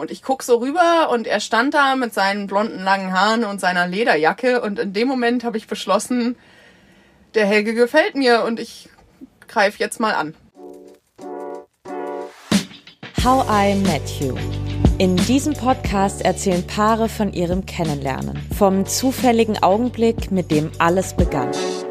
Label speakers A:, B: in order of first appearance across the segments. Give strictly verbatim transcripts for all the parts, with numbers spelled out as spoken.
A: Und ich guck so rüber und er stand da mit seinen blonden langen Haaren und seiner Lederjacke und in dem Moment habe ich beschlossen, der Helge gefällt mir und ich greife jetzt mal an.
B: How I Met You. In diesem Podcast erzählen Paare von ihrem Kennenlernen, vom zufälligen Augenblick, mit dem alles begann.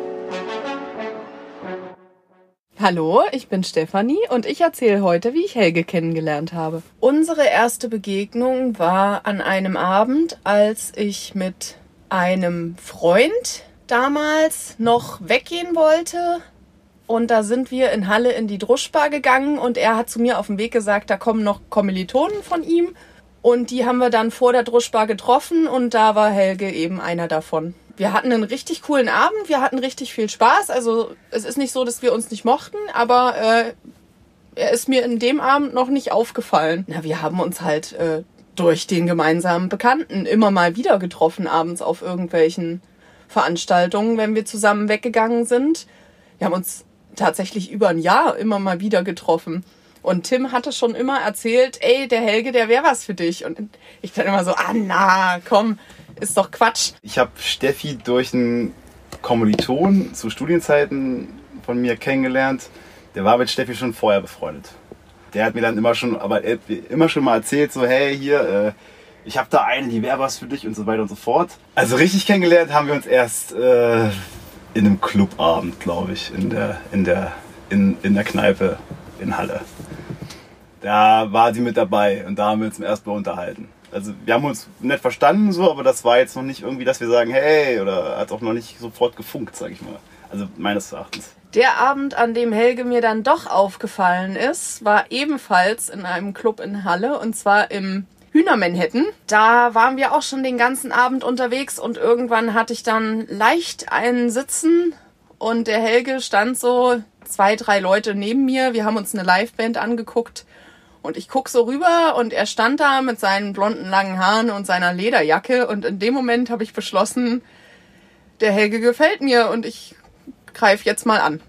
A: Hallo, ich bin Stefanie und ich erzähle heute, wie ich Helge kennengelernt habe. Unsere erste Begegnung war an einem Abend, als ich mit einem Freund damals noch weggehen wollte. Und da sind wir in Halle in die Druschbar gegangen und er hat zu mir auf dem Weg gesagt, da kommen noch Kommilitonen von ihm. Und die haben wir dann vor der Druschbar getroffen und da war Helge eben einer davon. Wir hatten einen richtig coolen Abend, wir hatten richtig viel Spaß. Also es ist nicht so, dass wir uns nicht mochten, aber äh, er ist mir in dem Abend noch nicht aufgefallen. Na, wir haben uns halt äh, durch den gemeinsamen Bekannten immer mal wieder getroffen, abends auf irgendwelchen Veranstaltungen, wenn wir zusammen weggegangen sind. Wir haben uns tatsächlich über ein Jahr immer mal wieder getroffen. Und Tim hatte schon immer erzählt, ey, der Helge, der wäre was für dich. Und ich dann immer so, ah na, komm, ist doch Quatsch.
C: Ich habe Steffi durch einen Kommiliton zu Studienzeiten von mir kennengelernt. Der war mit Steffi schon vorher befreundet. Der hat mir dann immer schon, aber immer schon mal erzählt, so hey, hier, äh, ich habe da eine, die wäre was für dich und so weiter und so fort. Also richtig kennengelernt haben wir uns erst äh, in einem Clubabend, glaube ich, in der, in, der, in, in der Kneipe in Halle. Da war sie mit dabei und da haben wir uns zum ersten Mal unterhalten. Also wir haben uns nett verstanden, so, aber das war jetzt noch nicht irgendwie, dass wir sagen, hey, oder hat auch noch nicht sofort gefunkt, sag ich mal. Also meines Erachtens.
A: Der Abend, an dem Helge mir dann doch aufgefallen ist, war ebenfalls in einem Club in Halle und zwar im Hühnermanhattan. Da waren wir auch schon den ganzen Abend unterwegs und irgendwann hatte ich dann leicht einen Sitzen und der Helge stand so zwei, drei Leute neben mir. Wir haben uns eine Liveband angeguckt und ich guck so rüber und er stand da mit seinen blonden langen Haaren und seiner Lederjacke und in dem Moment habe ich beschlossen, der Helge gefällt mir und ich greife jetzt mal an.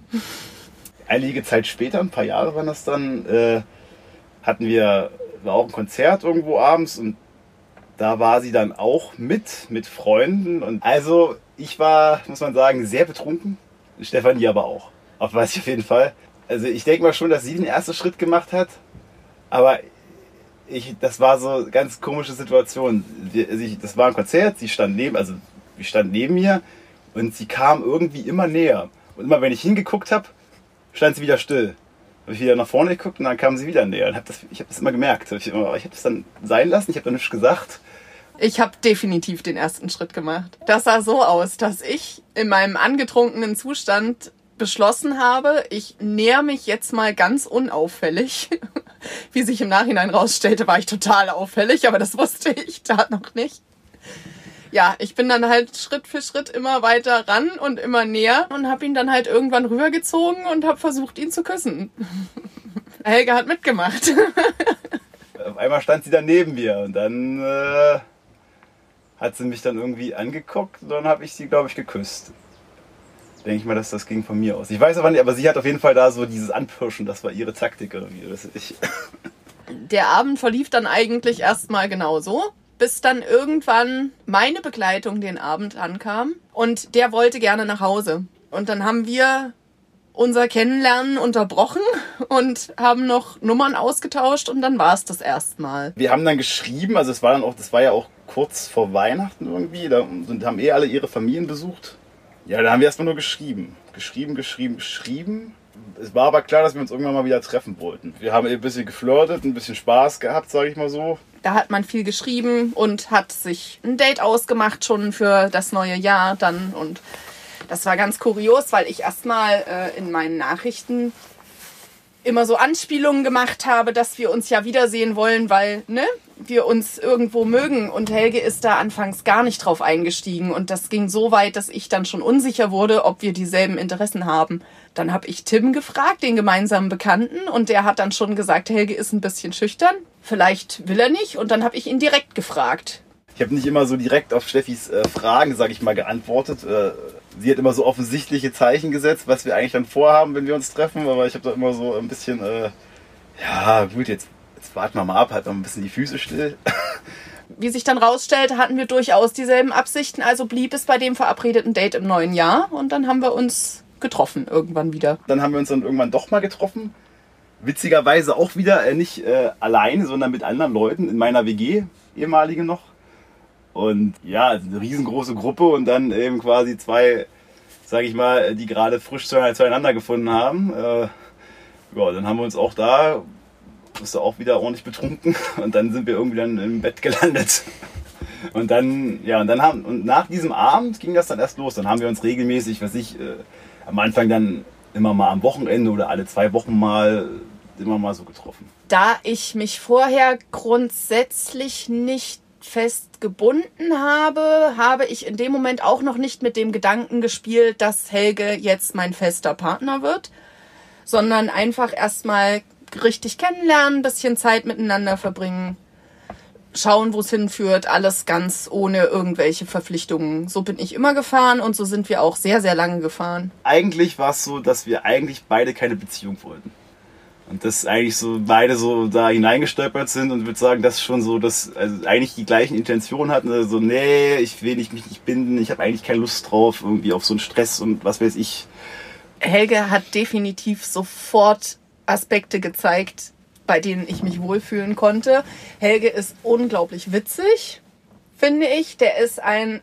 C: Einige Zeit später, ein paar Jahre waren das dann, äh, hatten wir war auch ein Konzert irgendwo abends und da war sie dann auch mit, mit Freunden. Und also ich war, muss man sagen, sehr betrunken. Stefanie aber auch. Auf weiß ich auf jeden Fall. Also ich denke mal schon, dass sie den ersten Schritt gemacht hat. Aber ich, das war so eine ganz komische Situation. Wir, also ich, das war ein Konzert, sie stand neben, also sie stand neben mir und sie kam irgendwie immer näher. Und immer wenn ich hingeguckt habe, stand sie wieder still. Habe ich wieder nach vorne geguckt und dann kam sie wieder näher. Und hab das, ich habe das immer gemerkt. Ich habe hab das dann sein lassen, ich habe dann nichts gesagt.
A: Ich habe definitiv den ersten Schritt gemacht. Das sah so aus, dass ich in meinem angetrunkenen Zustand beschlossen habe, ich näher mich jetzt mal ganz unauffällig. Wie sich im Nachhinein rausstellte, war ich total auffällig, aber das wusste ich da noch nicht. Ja, ich bin dann halt Schritt für Schritt immer weiter ran und immer näher und habe ihn dann halt irgendwann rübergezogen und habe versucht, ihn zu küssen. Helge hat mitgemacht.
C: Auf einmal stand sie dann neben mir und dann äh, hat sie mich dann irgendwie angeguckt und dann habe ich sie, glaube ich, geküsst. Denke ich mal, dass das ging von mir aus. Ich weiß aber nicht, aber sie hat auf jeden Fall da so dieses Anpirschen, das war ihre Taktik irgendwie. Das ich.
A: Der Abend verlief dann eigentlich erstmal genauso. Bis dann irgendwann meine Begleitung den Abend ankam und der wollte gerne nach Hause. Und dann haben wir unser Kennenlernen unterbrochen und haben noch Nummern ausgetauscht und dann war es das erstmal.
C: Wir haben dann geschrieben, also es war dann auch, das war ja auch kurz vor Weihnachten irgendwie, da sind, haben eh alle ihre Familien besucht. Ja, da haben wir erstmal nur geschrieben. Geschrieben, geschrieben, geschrieben. Es war aber klar, dass wir uns irgendwann mal wieder treffen wollten. Wir haben ein bisschen geflirtet, ein bisschen Spaß gehabt, sage ich mal so.
A: Da hat man viel geschrieben und hat sich ein Date ausgemacht schon für das neue Jahr dann. Und das war ganz kurios, weil ich erstmal äh, in meinen Nachrichten immer so Anspielungen gemacht habe, dass wir uns ja wiedersehen wollen, weil ne, wir uns irgendwo mögen. Und Helge ist da anfangs gar nicht drauf eingestiegen. Und das ging so weit, dass ich dann schon unsicher wurde, ob wir dieselben Interessen haben. Dann habe ich Tim gefragt, den gemeinsamen Bekannten. Und der hat dann schon gesagt, Helge ist ein bisschen schüchtern. Vielleicht will er nicht. Und dann habe ich ihn direkt gefragt.
C: Ich habe nicht immer so direkt auf Steffis äh, Fragen, sage ich mal, geantwortet. Äh, sie hat immer so offensichtliche Zeichen gesetzt, was wir eigentlich dann vorhaben, wenn wir uns treffen. Aber ich habe da immer so ein bisschen, äh, ja gut, jetzt jetzt warten wir mal ab, halt noch ein bisschen die Füße still.
A: Wie sich dann rausstellte, hatten wir durchaus dieselben Absichten, also blieb es bei dem verabredeten Date im neuen Jahr und dann haben wir uns getroffen irgendwann wieder.
C: Dann haben wir uns dann irgendwann doch mal getroffen. Witzigerweise auch wieder äh, nicht äh, alleine, sondern mit anderen Leuten in meiner W G, ehemalige noch. Und ja, eine riesengroße Gruppe und dann eben quasi zwei, sage ich mal, die gerade frisch zueinander gefunden haben. Äh, ja, dann haben wir uns auch da, bist du auch wieder ordentlich betrunken und dann sind wir irgendwie dann im Bett gelandet. Und dann, ja, und dann haben, und nach diesem Abend ging das dann erst los. Dann haben wir uns regelmäßig, was ich, äh, am Anfang dann immer mal am Wochenende oder alle zwei Wochen mal, immer mal so getroffen.
A: Da ich mich vorher grundsätzlich nicht fest gebunden habe, habe ich in dem Moment auch noch nicht mit dem Gedanken gespielt, dass Helge jetzt mein fester Partner wird, sondern einfach erstmal richtig kennenlernen, ein bisschen Zeit miteinander verbringen, schauen, wo es hinführt, alles ganz ohne irgendwelche Verpflichtungen. So bin ich immer gefahren und so sind wir auch sehr, sehr lange gefahren.
C: Eigentlich war es so, dass wir eigentlich beide keine Beziehung wollten. Und dass eigentlich so beide so da hineingestolpert sind und würde sagen, dass schon so, dass also eigentlich die gleichen Intentionen hatten. Also nee, ich will nicht, mich nicht binden, ich habe eigentlich keine Lust drauf, irgendwie auf so einen Stress und was weiß ich.
A: Helge hat definitiv sofort Aspekte gezeigt, bei denen ich mich wohlfühlen konnte. Helge ist unglaublich witzig, finde ich. Der ist ein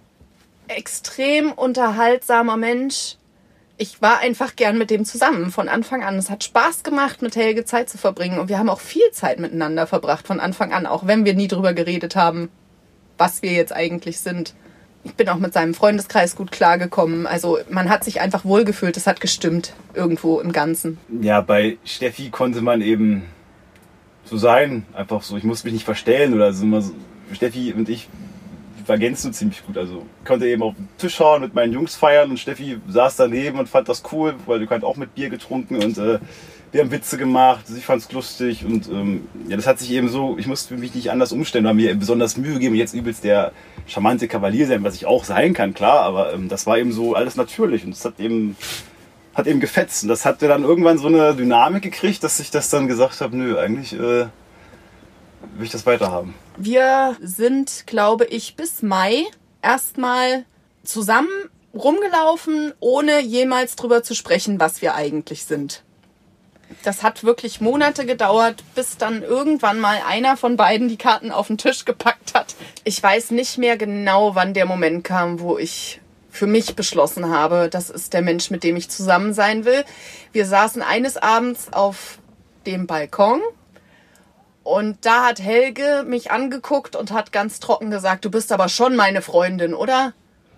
A: extrem unterhaltsamer Mensch. Ich war einfach gern mit dem zusammen von Anfang an. Es hat Spaß gemacht, mit Helge Zeit zu verbringen. Und wir haben auch viel Zeit miteinander verbracht von Anfang an, auch wenn wir nie drüber geredet haben, was wir jetzt eigentlich sind. Ich bin auch mit seinem Freundeskreis gut klargekommen. Also man hat sich einfach wohlgefühlt. Es hat gestimmt irgendwo im Ganzen.
C: Ja, bei Steffi konnte man eben so sein. Einfach so, ich musste mich nicht verstellen oder so. Steffi und ich ergänzen ziemlich gut. Also ich konnte eben auf den Tisch schauen, mit meinen Jungs feiern und Steffi saß daneben und fand das cool, weil du kannst auch mit Bier getrunken und äh, wir haben Witze gemacht, sie fand es lustig und ähm, ja, das hat sich eben so, ich musste mich nicht anders umstellen, weil mir besonders Mühe gegeben, jetzt übelst der charmante Kavalier sein, was ich auch sein kann, klar, aber ähm, das war eben so alles natürlich und es hat eben hat eben gefetzt und das hatte dann irgendwann so eine Dynamik gekriegt, dass ich das dann gesagt habe, nö, eigentlich äh, will ich das weiterhaben.
A: Wir sind, glaube ich, bis Mai erstmal zusammen rumgelaufen, ohne jemals drüber zu sprechen, was wir eigentlich sind. Das hat wirklich Monate gedauert, bis dann irgendwann mal einer von beiden die Karten auf den Tisch gepackt hat. Ich weiß nicht mehr genau, wann der Moment kam, wo ich für mich beschlossen habe, das ist der Mensch, mit dem ich zusammen sein will. Wir saßen eines Abends auf dem Balkon und da hat Helge mich angeguckt und hat ganz trocken gesagt, du bist aber schon meine Freundin, oder?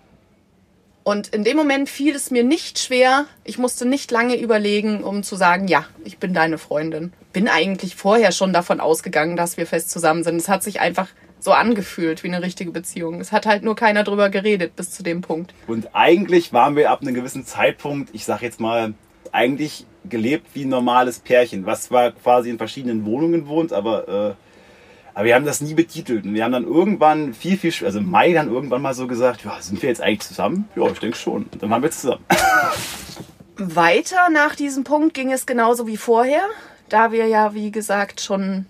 A: Und in dem Moment fiel es mir nicht schwer, ich musste nicht lange überlegen, um zu sagen, ja, ich bin deine Freundin. Bin eigentlich vorher schon davon ausgegangen, dass wir fest zusammen sind. Es hat sich einfach so angefühlt wie eine richtige Beziehung. Es hat halt nur keiner drüber geredet bis zu dem Punkt.
C: Und eigentlich waren wir ab einem gewissen Zeitpunkt, ich sag jetzt mal, eigentlich gelebt wie ein normales Pärchen, was zwar quasi in verschiedenen Wohnungen wohnt, aber, äh, aber wir haben das nie betitelt. Und wir haben dann irgendwann viel, viel, also Mai dann irgendwann mal so gesagt, ja, sind wir jetzt eigentlich zusammen? Ja, ich denke schon. Und dann waren wir zusammen.
A: Weiter nach diesem Punkt ging es genauso wie vorher, da wir ja, wie gesagt, schon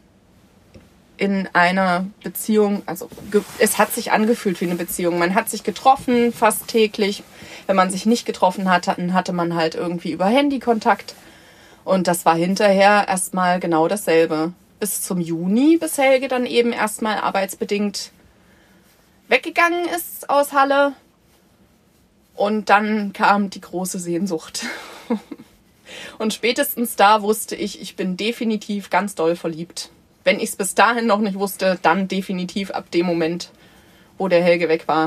A: in einer Beziehung, also es hat sich angefühlt wie eine Beziehung. Man hat sich getroffen, fast täglich. Wenn man sich nicht getroffen hat, dann hatte man halt irgendwie über Handy Kontakt. Und das war hinterher erstmal genau dasselbe. Bis zum Juni, bis Helge dann eben erstmal arbeitsbedingt weggegangen ist aus Halle. Und dann kam die große Sehnsucht. Und spätestens da wusste ich, ich bin definitiv ganz doll verliebt. Wenn ich es bis dahin noch nicht wusste, dann definitiv ab dem Moment, wo der Helge weg war.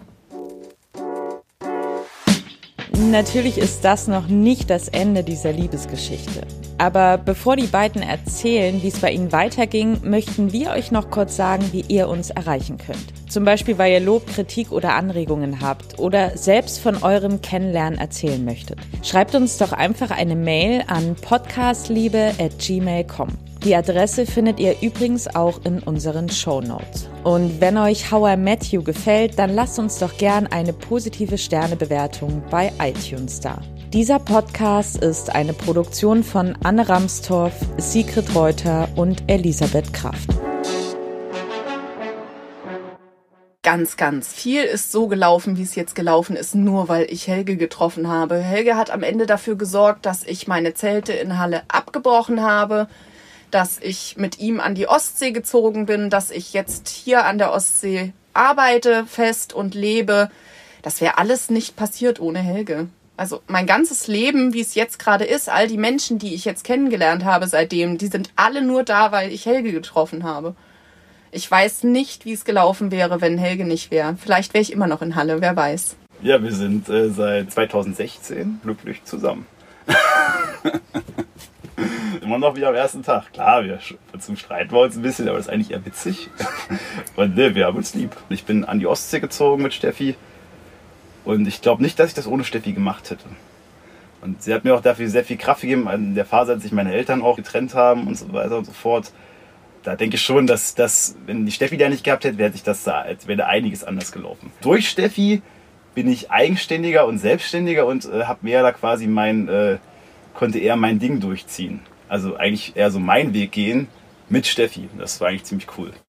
B: Natürlich ist das noch nicht das Ende dieser Liebesgeschichte. Aber bevor die beiden erzählen, wie es bei ihnen weiterging, möchten wir euch noch kurz sagen, wie ihr uns erreichen könnt. Zum Beispiel, weil ihr Lob, Kritik oder Anregungen habt oder selbst von eurem Kennenlernen erzählen möchtet. Schreibt uns doch einfach eine Mail an podcastliebe at gmail punkt com. Die Adresse findet ihr übrigens auch in unseren Shownotes. Und wenn euch How I Met You gefällt, dann lasst uns doch gern eine positive Sternebewertung bei iTunes da. Dieser Podcast ist eine Produktion von Anne Ramstorff, Sigrid Reuter und Elisabeth Kraft.
A: Ganz, ganz viel ist so gelaufen, wie es jetzt gelaufen ist, nur weil ich Helge getroffen habe. Helge hat am Ende dafür gesorgt, dass ich meine Zelte in Halle abgebrochen habe, dass ich mit ihm an die Ostsee gezogen bin, dass ich jetzt hier an der Ostsee arbeite, fest und lebe. Das wäre alles nicht passiert ohne Helge. Also mein ganzes Leben, wie es jetzt gerade ist, all die Menschen, die ich jetzt kennengelernt habe seitdem, die sind alle nur da, weil ich Helge getroffen habe. Ich weiß nicht, wie es gelaufen wäre, wenn Helge nicht wäre. Vielleicht wäre ich immer noch in Halle, wer weiß.
C: Ja, wir sind äh, seit zweitausendsechzehn glücklich zusammen. Immer noch wie am ersten Tag. Klar, wir zum Streiten wir uns ein bisschen, aber das ist eigentlich eher witzig. Und ne, wir haben uns lieb. Ich bin an die Ostsee gezogen mit Steffi. Und ich glaube nicht, dass ich das ohne Steffi gemacht hätte. Und sie hat mir auch dafür sehr viel Kraft gegeben, in der Phase, als sich meine Eltern auch getrennt haben und so weiter und so fort. Da denke ich schon, dass, dass wenn die Steffi da nicht gehabt hätte, wäre sich das als wäre einiges anders gelaufen. Durch Steffi bin ich eigenständiger und selbstständiger und äh, habe mehr da quasi mein, äh, konnte eher mein Ding durchziehen. Also eigentlich eher so meinen Weg gehen mit Steffi. Das war eigentlich ziemlich cool.